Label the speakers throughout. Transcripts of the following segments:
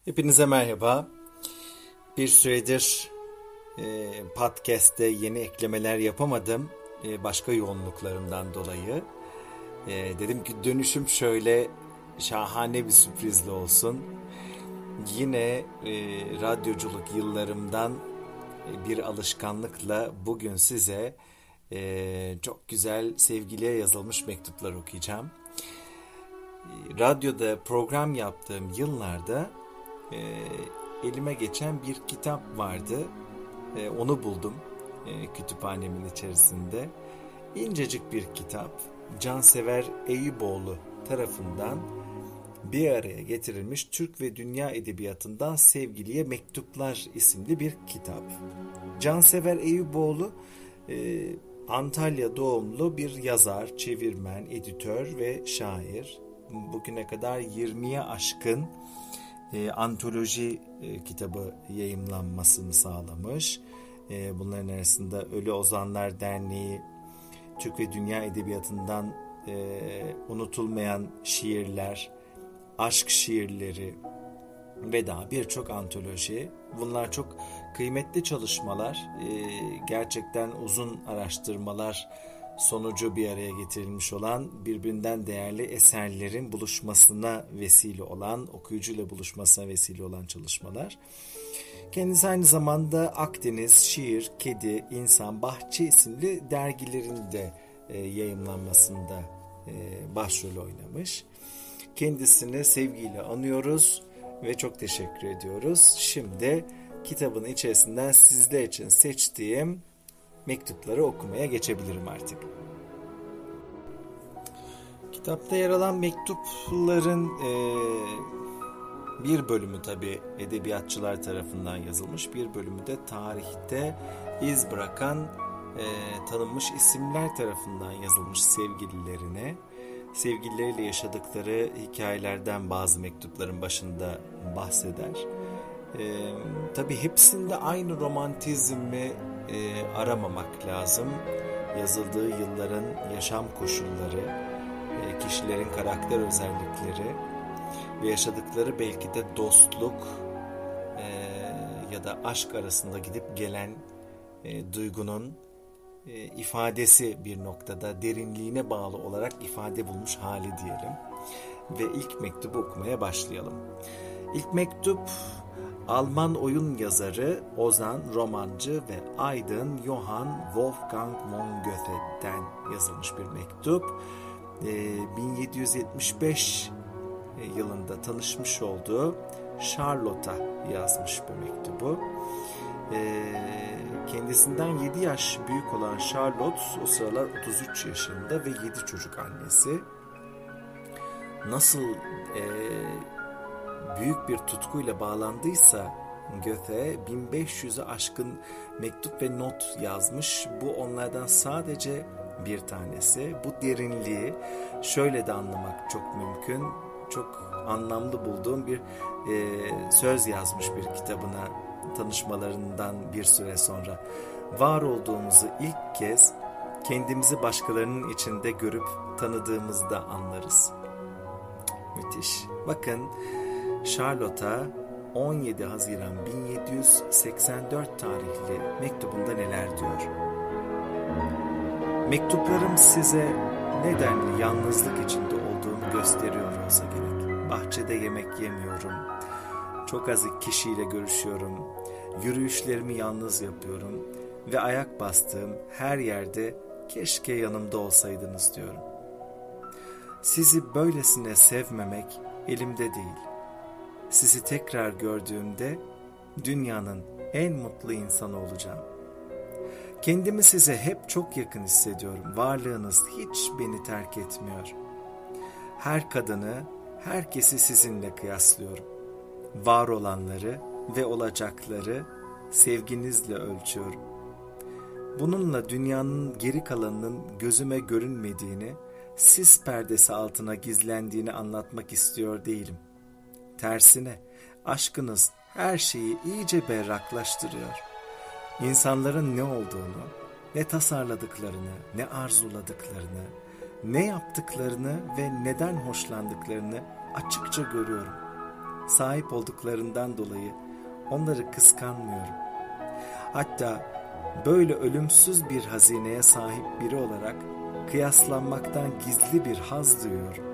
Speaker 1: Hepinize merhaba. Bir süredir podcast'te yeni eklemeler yapamadım. Başka yoğunluklarımdan dolayı. Dedim ki dönüşüm şöyle şahane bir sürprizle olsun. Yine radyoculuk yıllarımdan bir alışkanlıkla bugün size çok güzel sevgiliye yazılmış mektuplar okuyacağım. Radyoda program yaptığım yıllarda elime geçen bir kitap vardı. Onu buldum kütüphanemin içerisinde. İncecik bir kitap. Cansever Eyüboğlu tarafından bir araya getirilmiş Türk ve Dünya Edebiyatı'ndan Sevgiliye Mektuplar isimli bir kitap. Cansever Eyüboğlu Antalya doğumlu bir yazar, çevirmen, editör ve şair. Bugüne kadar 20'ye aşkın antoloji kitabı yayımlanmasını sağlamış. Bunların arasında Ölü Ozanlar Derneği, Türk ve Dünya Edebiyatı'ndan unutulmayan şiirler, aşk şiirleri ve daha birçok antoloji. Bunlar çok kıymetli çalışmalar. Gerçekten uzun araştırmalar sonucu bir araya getirilmiş olan, birbirinden değerli eserlerin buluşmasına vesile olan, okuyucuyla buluşmasına vesile olan çalışmalar. Kendisi aynı zamanda Akdeniz, Şiir, Kedi, İnsan, Bahçe isimli dergilerin de yayımlanmasında başrol oynamış. Kendisini sevgiyle anıyoruz ve çok teşekkür ediyoruz. Şimdi kitabın içerisinden sizler için seçtiğim mektupları okumaya geçebilirim artık. Kitapta yer alan mektupların bir bölümü tabii edebiyatçılar tarafından yazılmış, bir bölümü de tarihte iz bırakan tanınmış isimler tarafından yazılmış sevgililerine. Sevgilileriyle yaşadıkları hikayelerden bazı mektupların başında bahseder. Tabii hepsinde aynı romantizmi aramamak lazım. Yazıldığı yılların yaşam koşulları, kişilerin karakter özellikleri ve yaşadıkları belki de dostluk ya da aşk arasında gidip gelen duygunun ifadesi bir noktada derinliğine bağlı olarak ifade bulmuş hali diyelim. Ve ilk mektubu okumaya başlayalım. İlk mektup Alman oyun yazarı, ozan, romancı ve aydın Johann Wolfgang von Goethe'den yazılmış bir mektup. 1775 yılında tanışmış olduğu Charlotte'a yazmış bu mektubu. Kendisinden 7 yaş büyük olan Charlotte o sıralar 33 yaşında ve 7 çocuk annesi. Nasıl büyük bir tutkuyla bağlandıysa Goethe 1500'e aşkın mektup ve not yazmış. Bu onlardan sadece bir tanesi. Bu derinliği şöyle de anlamak çok mümkün. Çok anlamlı bulduğum bir söz yazmış bir kitabına tanışmalarından bir süre sonra. Var olduğumuzu ilk kez kendimizi başkalarının içinde görüp tanıdığımızda anlarız. Müthiş. Bakın Charlotte'a 17 Haziran 1784 tarihli mektubunda neler diyor? Mektuplarım size nedenli yalnızlık içinde olduğumu gösteriyor olsa gerek. Bahçede yemek yemiyorum. Çok az kişiyle görüşüyorum. Yürüyüşlerimi yalnız yapıyorum. Ve ayak bastığım her yerde keşke yanımda olsaydınız diyorum. Sizi böylesine sevmemek elimde değil. Sizi tekrar gördüğümde dünyanın en mutlu insanı olacağım. Kendimi size hep çok yakın hissediyorum. Varlığınız hiç beni terk etmiyor. Her kadını, herkesi sizinle kıyaslıyorum. Var olanları ve olacakları sevginizle ölçüyorum. Bununla dünyanın geri kalanının gözüme görünmediğini, sis perdesi altına gizlendiğini anlatmak istiyor değilim. Tersine aşkınız her şeyi iyice berraklaştırıyor. İnsanların ne olduğunu, ne tasarladıklarını, ne arzuladıklarını, ne yaptıklarını ve neden hoşlandıklarını açıkça görüyorum. sahip olduklarından dolayı onları kıskanmıyorum. Hatta böyle ölümsüz bir hazineye sahip biri olarak kıyaslanmaktan gizli bir haz duyuyorum.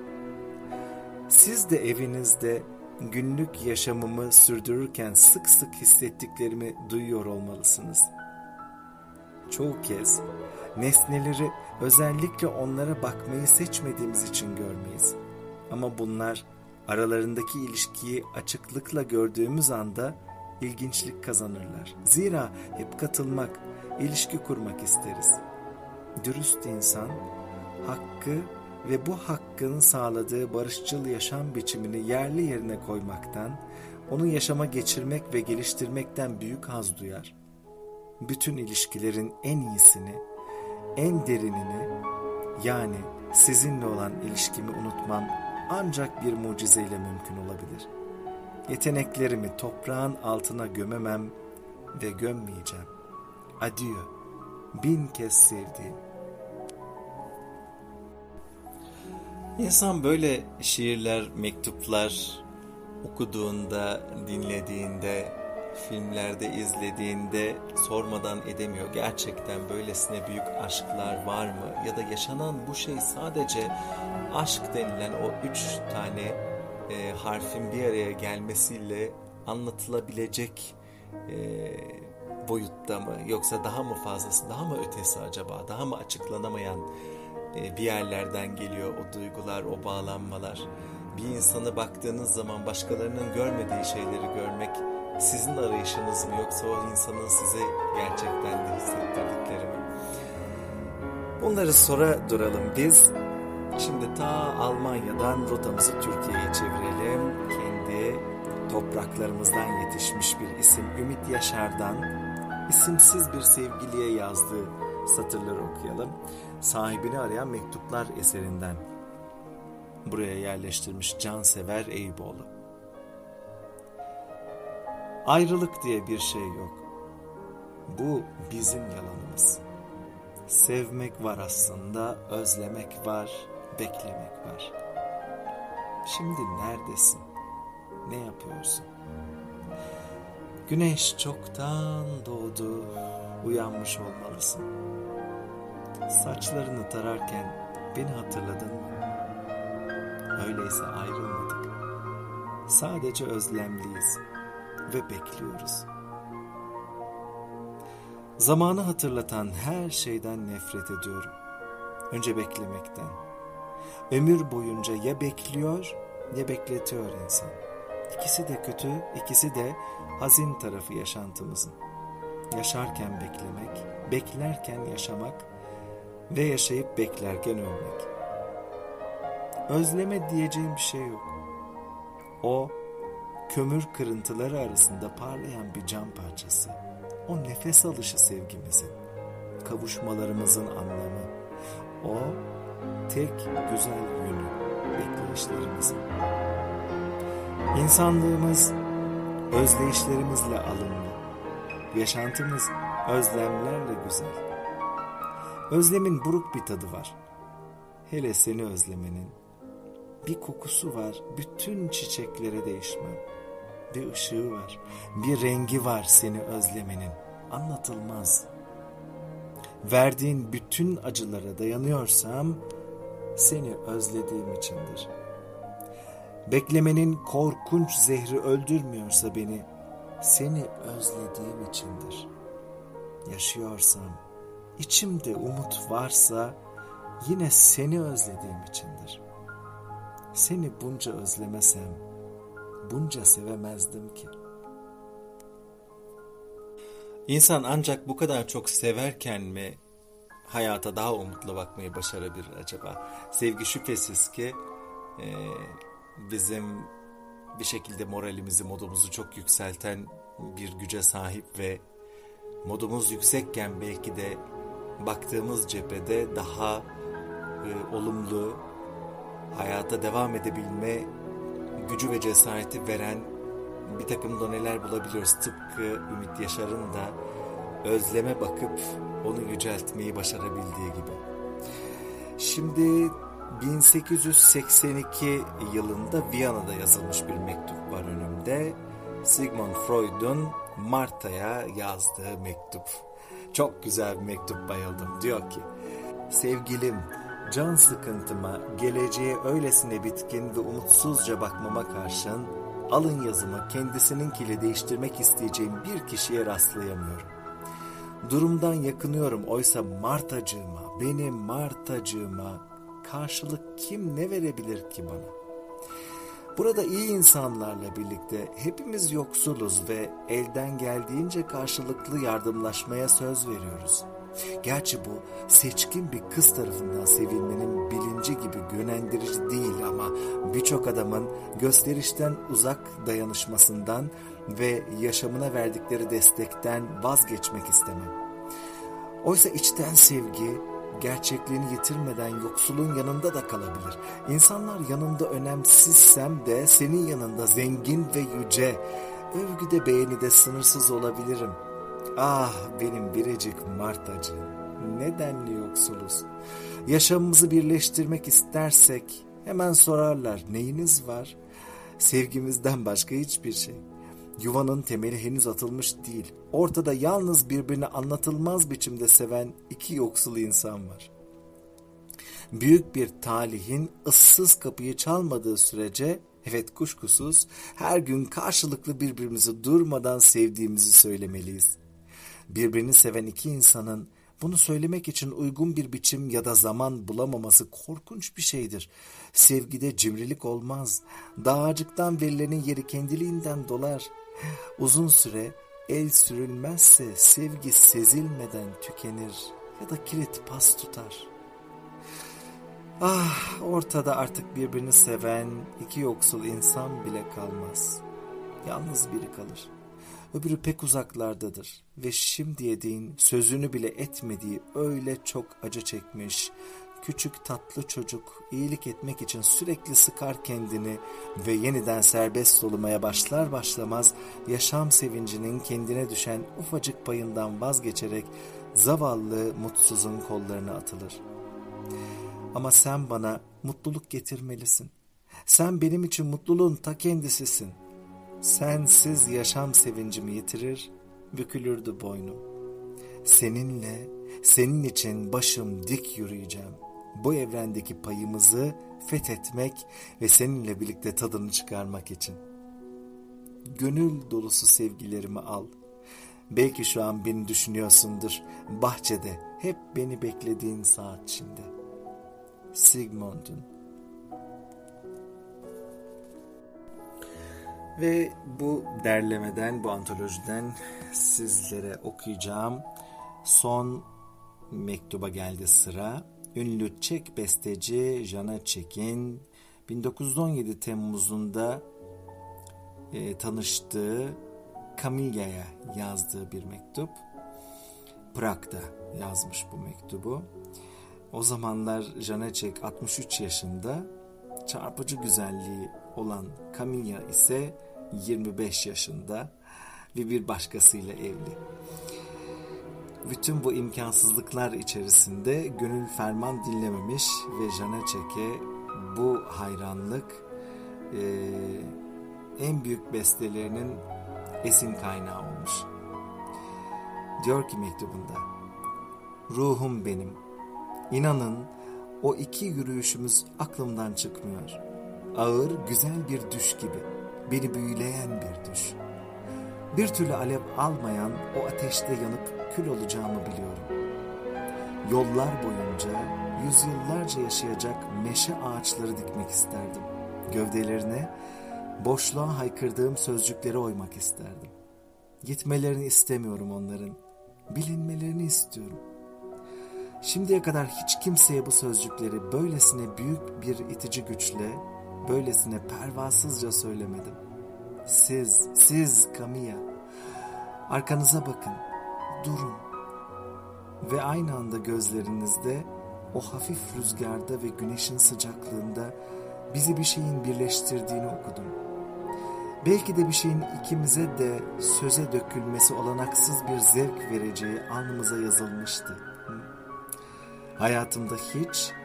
Speaker 1: Siz de evinizde günlük yaşamımı sürdürürken sık sık hissettiklerimi duyuyor olmalısınız. Çoğu kez nesneleri özellikle onlara bakmayı seçmediğimiz için görmeyiz. Ama bunlar aralarındaki ilişkiyi açıklıkla gördüğümüz anda ilginçlik kazanırlar. Zira hep katılmak, ilişki kurmak isteriz. Dürüst insan, hakkı ve bu hakkın sağladığı barışçıl yaşam biçimini yerli yerine koymaktan, onu yaşama geçirmek ve geliştirmekten büyük haz duyar. Bütün ilişkilerin en iyisini, en derinini, yani sizinle olan ilişkimi unutmam ancak bir mucizeyle mümkün olabilir. Yeteneklerimi toprağın altına gömemem ve gömmeyeceğim. Adieu, 1000 kez sevdiğim. İnsan böyle şiirler, mektuplar okuduğunda, dinlediğinde, filmlerde izlediğinde sormadan edemiyor. Gerçekten böylesine büyük aşklar var mı? Ya da yaşanan bu şey sadece aşk denilen o 3 tane harfin bir araya gelmesiyle anlatılabilecek boyutta mı? Yoksa daha mı fazlası, daha mı ötesi acaba? Daha mı açıklanamayan bir yerlerden geliyor o duygular, o bağlanmalar? Bir insana baktığınız zaman başkalarının görmediği şeyleri görmek sizin arayışınız mı, yoksa o insanın size gerçekten de hissettirdikleri mi? Bunları sonra duralım biz. Şimdi ta Almanya'dan rotamızı Türkiye'ye çevirelim. Kendi topraklarımızdan yetişmiş bir isim Ümit Yaşar'dan isimsiz bir sevgiliye yazdığı satırları okuyalım. Sahibini arayan mektuplar eserinden buraya yerleştirmiş Cansever Eyüboğlu. Ayrılık diye bir şey yok. Bu bizim yalanımız. Sevmek var aslında, özlemek var, beklemek var. Şimdi neredesin? Ne yapıyorsun? Güneş çoktan doğdu, uyanmış olmalısın. Saçlarını tararken beni hatırladın mı? Öyleyse ayrılmadık. Sadece özlemliyiz ve bekliyoruz. Zamanı hatırlatan her şeyden nefret ediyorum. Önce beklemekten. Ömür boyunca ya bekliyor ya bekletiyor insan. İkisi de kötü, ikisi de hazin tarafı yaşantımızın. Yaşarken beklemek, beklerken yaşamak ve yaşayıp beklerken ölmek. Özleme diyeceğim bir şey yok. O, kömür kırıntıları arasında parlayan bir cam parçası. O nefes alışı sevgimizin, kavuşmalarımızın anlamı. O tek güzel yönü, bekleyişlerimizin. İnsanlığımız özleyişlerimizle alımlı. Yaşantımız özlemlerle güzel. Özlemin buruk bir tadı var. Hele seni özlemenin. Bir kokusu var, bütün çiçeklere değişmem. Bir ışığı var, bir rengi var seni özlemenin. Anlatılmaz. Verdiğin bütün acılara dayanıyorsam seni özlediğim içindir. Beklemenin korkunç zehri öldürmüyorsa beni, seni özlediğim içindir. Yaşıyorsam, içimde umut varsa yine seni özlediğim içindir. Seni bunca özlemesem, bunca sevemezdim ki. İnsan ancak bu kadar çok severken mi hayata daha umutlu bakmayı başarabilir acaba? Sevgi şüphesiz ki bizim bir şekilde moralimizi, modumuzu çok yükselten bir güce sahip ve modumuz yüksekken belki de baktığımız cephede daha olumlu, hayata devam edebilme gücü ve cesareti veren bir takım doneler bulabiliyoruz. Tıpkı Ümit Yaşar'ın da özleme bakıp onu yüceltmeyi başarabildiği gibi. Şimdi 1882 yılında Viyana'da yazılmış bir mektup var önümde. Sigmund Freud'un Marta'ya yazdığı mektup. Çok güzel bir mektup, bayıldım. Diyor ki: sevgilim, can sıkıntıma, geleceğe öylesine bitkin ve umutsuzca bakmama karşın, alın yazımı kendisininkiyle değiştirmek isteyeceğim bir kişiye rastlayamıyorum. Durumdan yakınıyorum, oysa Martacığıma, benim Martacığıma karşılık kim ne verebilir ki bana? Burada iyi insanlarla birlikte hepimiz yoksuluz ve elden geldiğince karşılıklı yardımlaşmaya söz veriyoruz. Gerçi bu seçkin bir kız tarafından sevilmenin bilinci gibi yönlendirici değil ama birçok adamın gösterişten uzak dayanışmasından ve yaşamına verdikleri destekten vazgeçmek istemem. Oysa içten sevgi gerçekliğini yitirmeden yoksulun yanında da kalabilir. İnsanlar yanında önemsizsem de senin yanında zengin ve yüce, övgüde beğenide sınırsız olabilirim. Ah benim biricik Martacığım, nedenli yoksuluz. Yaşamımızı birleştirmek istersek hemen sorarlar, neyiniz var? Sevgimizden başka hiçbir şey. Yuvanın temeli henüz atılmış değil. Ortada yalnız birbirini anlatılmaz biçimde seven iki yoksul insan var. Büyük bir talihin ıssız kapıyı çalmadığı sürece, evet kuşkusuz, her gün karşılıklı birbirimizi durmadan sevdiğimizi söylemeliyiz. Birbirini seven iki insanın bunu söylemek için uygun bir biçim ya da zaman bulamaması korkunç bir şeydir. Sevgide cimrilik olmaz. Dağcıktan verilenin yeri kendiliğinden dolar. Uzun süre el sürülmezse sevgi sezilmeden tükenir ya da kilit pas tutar. Ah, ortada artık birbirini seven iki yoksul insan bile kalmaz. Yalnız biri kalır. Öbürü pek uzaklardadır ve şimdiye değin sözünü bile etmediği öyle çok acı çekmiş, küçük tatlı çocuk iyilik etmek için sürekli sıkar kendini ve yeniden serbest solumaya başlar başlamaz yaşam sevincinin kendine düşen ufacık payından vazgeçerek zavallı mutsuzun kollarına atılır. Ama sen bana mutluluk getirmelisin. Sen benim için mutluluğun ta kendisisin. Sensiz yaşam sevincimi yitirir, bükülürdü boynum. Seninle, senin için başım dik yürüyeceğim. Bu evrendeki payımızı fethetmek ve seninle birlikte tadını çıkarmak için. Gönül dolusu sevgilerimi al. Belki şu an beni düşünüyorsundur. Bahçede, hep beni beklediğin saat şimdi. Sigmund'un. Ve bu derlemeden, bu antolojiden sizlere okuyacağım son mektuba geldi sıra. Ünlü Çek besteci Janacek'in 1917 Temmuz'unda tanıştığı Kamila'ya yazdığı bir mektup. Prag'da yazmış bu mektubu. O zamanlar Janacek 63 yaşında, çarpıcı güzelliği olan Kamila ise 25 yaşında ve bir başkasıyla evli. Bütün bu imkansızlıklar içerisinde gönül ferman dinlememiş ve Janacek'e bu hayranlık en büyük bestelerinin esin kaynağı olmuş. Diyor ki mektubunda: ruhum benim, inanın o iki yürüyüşümüz aklımdan çıkmıyor. Ağır, güzel bir düş gibi, beni büyüleyen bir düş. Bir türlü alev almayan o ateşte yanıp kül olacağımı biliyorum. Yollar boyunca yüzyıllarca yaşayacak meşe ağaçları dikmek isterdim. Gövdelerine boşluğa haykırdığım sözcükleri oymak isterdim. Gitmelerini istemiyorum onların, bilinmelerini istiyorum. Şimdiye kadar hiç kimseye bu sözcükleri böylesine büyük bir itici güçle, böylesine pervasızca söylemedim. Siz Kamila, arkanıza bakın, durun ve aynı anda gözlerinizde o hafif rüzgarda ve güneşin sıcaklığında bizi bir şeyin birleştirdiğini okudum. Belki de bir şeyin ikimize de söze dökülmesi olanaksız bir zevk vereceği alnımıza yazılmıştı. Hayatımda hiç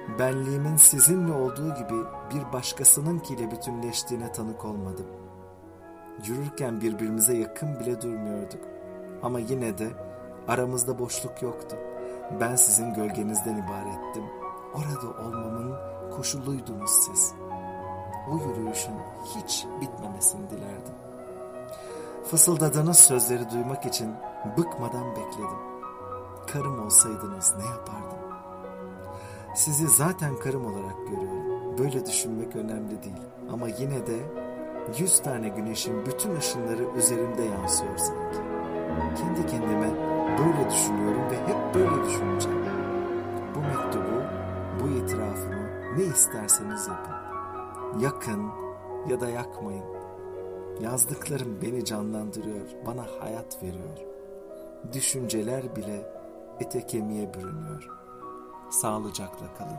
Speaker 1: benliğimin sizinle olduğu gibi bir başkasınınkiyle bütünleştiğine tanık olmadım. Yürürken birbirimize yakın bile durmuyorduk. Ama yine de aramızda boşluk yoktu. Ben sizin gölgenizden ibarettim. Orada olmamın koşuluydunuz siz. O yürüyüşün hiç bitmemesini dilerdim. Fısıldadığınız sözleri duymak için bıkmadan bekledim. Karım olsaydınız ne yapardım? Sizi zaten karım olarak görüyorum. Böyle düşünmek önemli değil. Ama yine de 100 tane güneşin bütün ışınları üzerimde yansıyor sanki. Kendi kendime böyle düşünüyorum ve hep böyle düşüneceğim. Bu mektubu, bu itirafımı ne isterseniz yapın. Yakın ya da yakmayın. Yazdıklarım beni canlandırıyor, bana hayat veriyor. Düşünceler bile ete kemiğe bürünüyor. Sağlıcakla kalın.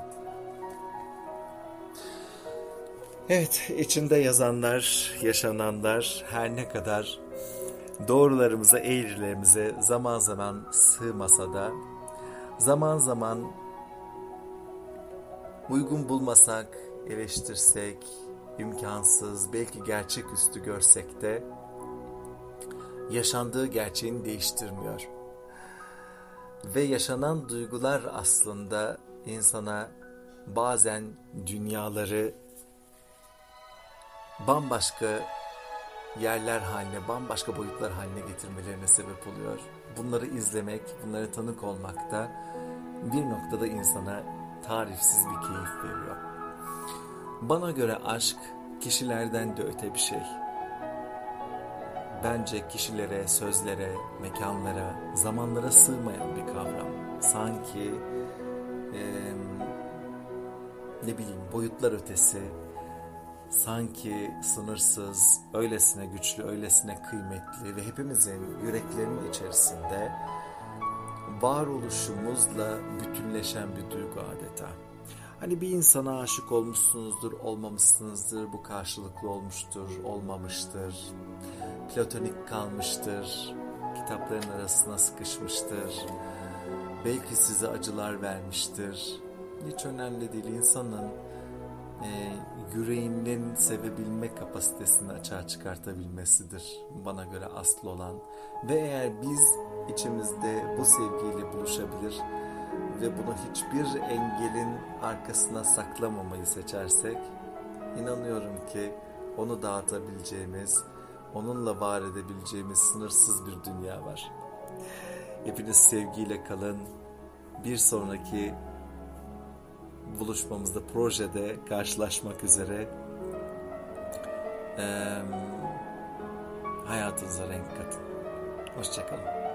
Speaker 1: Evet, içinde yazanlar, yaşananlar her ne kadar doğrularımıza, eğrilerimize zaman zaman sığmasa da, zaman zaman uygun bulmasak, eleştirsek, imkansız, belki gerçeküstü görsek de yaşandığı gerçeğini değiştirmiyor. Ve yaşanan duygular aslında insana bazen dünyaları bambaşka yerler haline, bambaşka boyutlar haline getirmelerine sebep oluyor. Bunları izlemek, bunlara tanık olmak da bir noktada insana tarifsiz bir keyif veriyor. Bana göre aşk kişilerden de öte bir şey. Bence kişilere, sözlere, mekanlara, zamanlara sığmayan bir kavram. Sanki ne bileyim boyutlar ötesi, sanki sınırsız, öylesine güçlü, öylesine kıymetli ve hepimizin yüreklerinin içerisinde varoluşumuzla bütünleşen bir duygu adeta. Hani bir insana aşık olmuşsunuzdur, olmamışsınızdır, bu karşılıklı olmuştur, olmamıştır, platonik kalmıştır, kitapların arasına sıkışmıştır, belki size acılar vermiştir. Hiç önemli değil, insanın yüreğinin sevebilme kapasitesini açığa çıkartabilmesidir bana göre asıl olan. Ve eğer biz içimizde bu sevgiyle buluşabilir ve bunu hiçbir engelin arkasına saklamamayı seçersek, inanıyorum ki onu dağıtabileceğimiz, onunla var edebileceğimiz sınırsız bir dünya var. Hepiniz sevgiyle kalın. Bir sonraki buluşmamızda, projede karşılaşmak üzere. Hayatınıza renk katın. Hoşça kalın.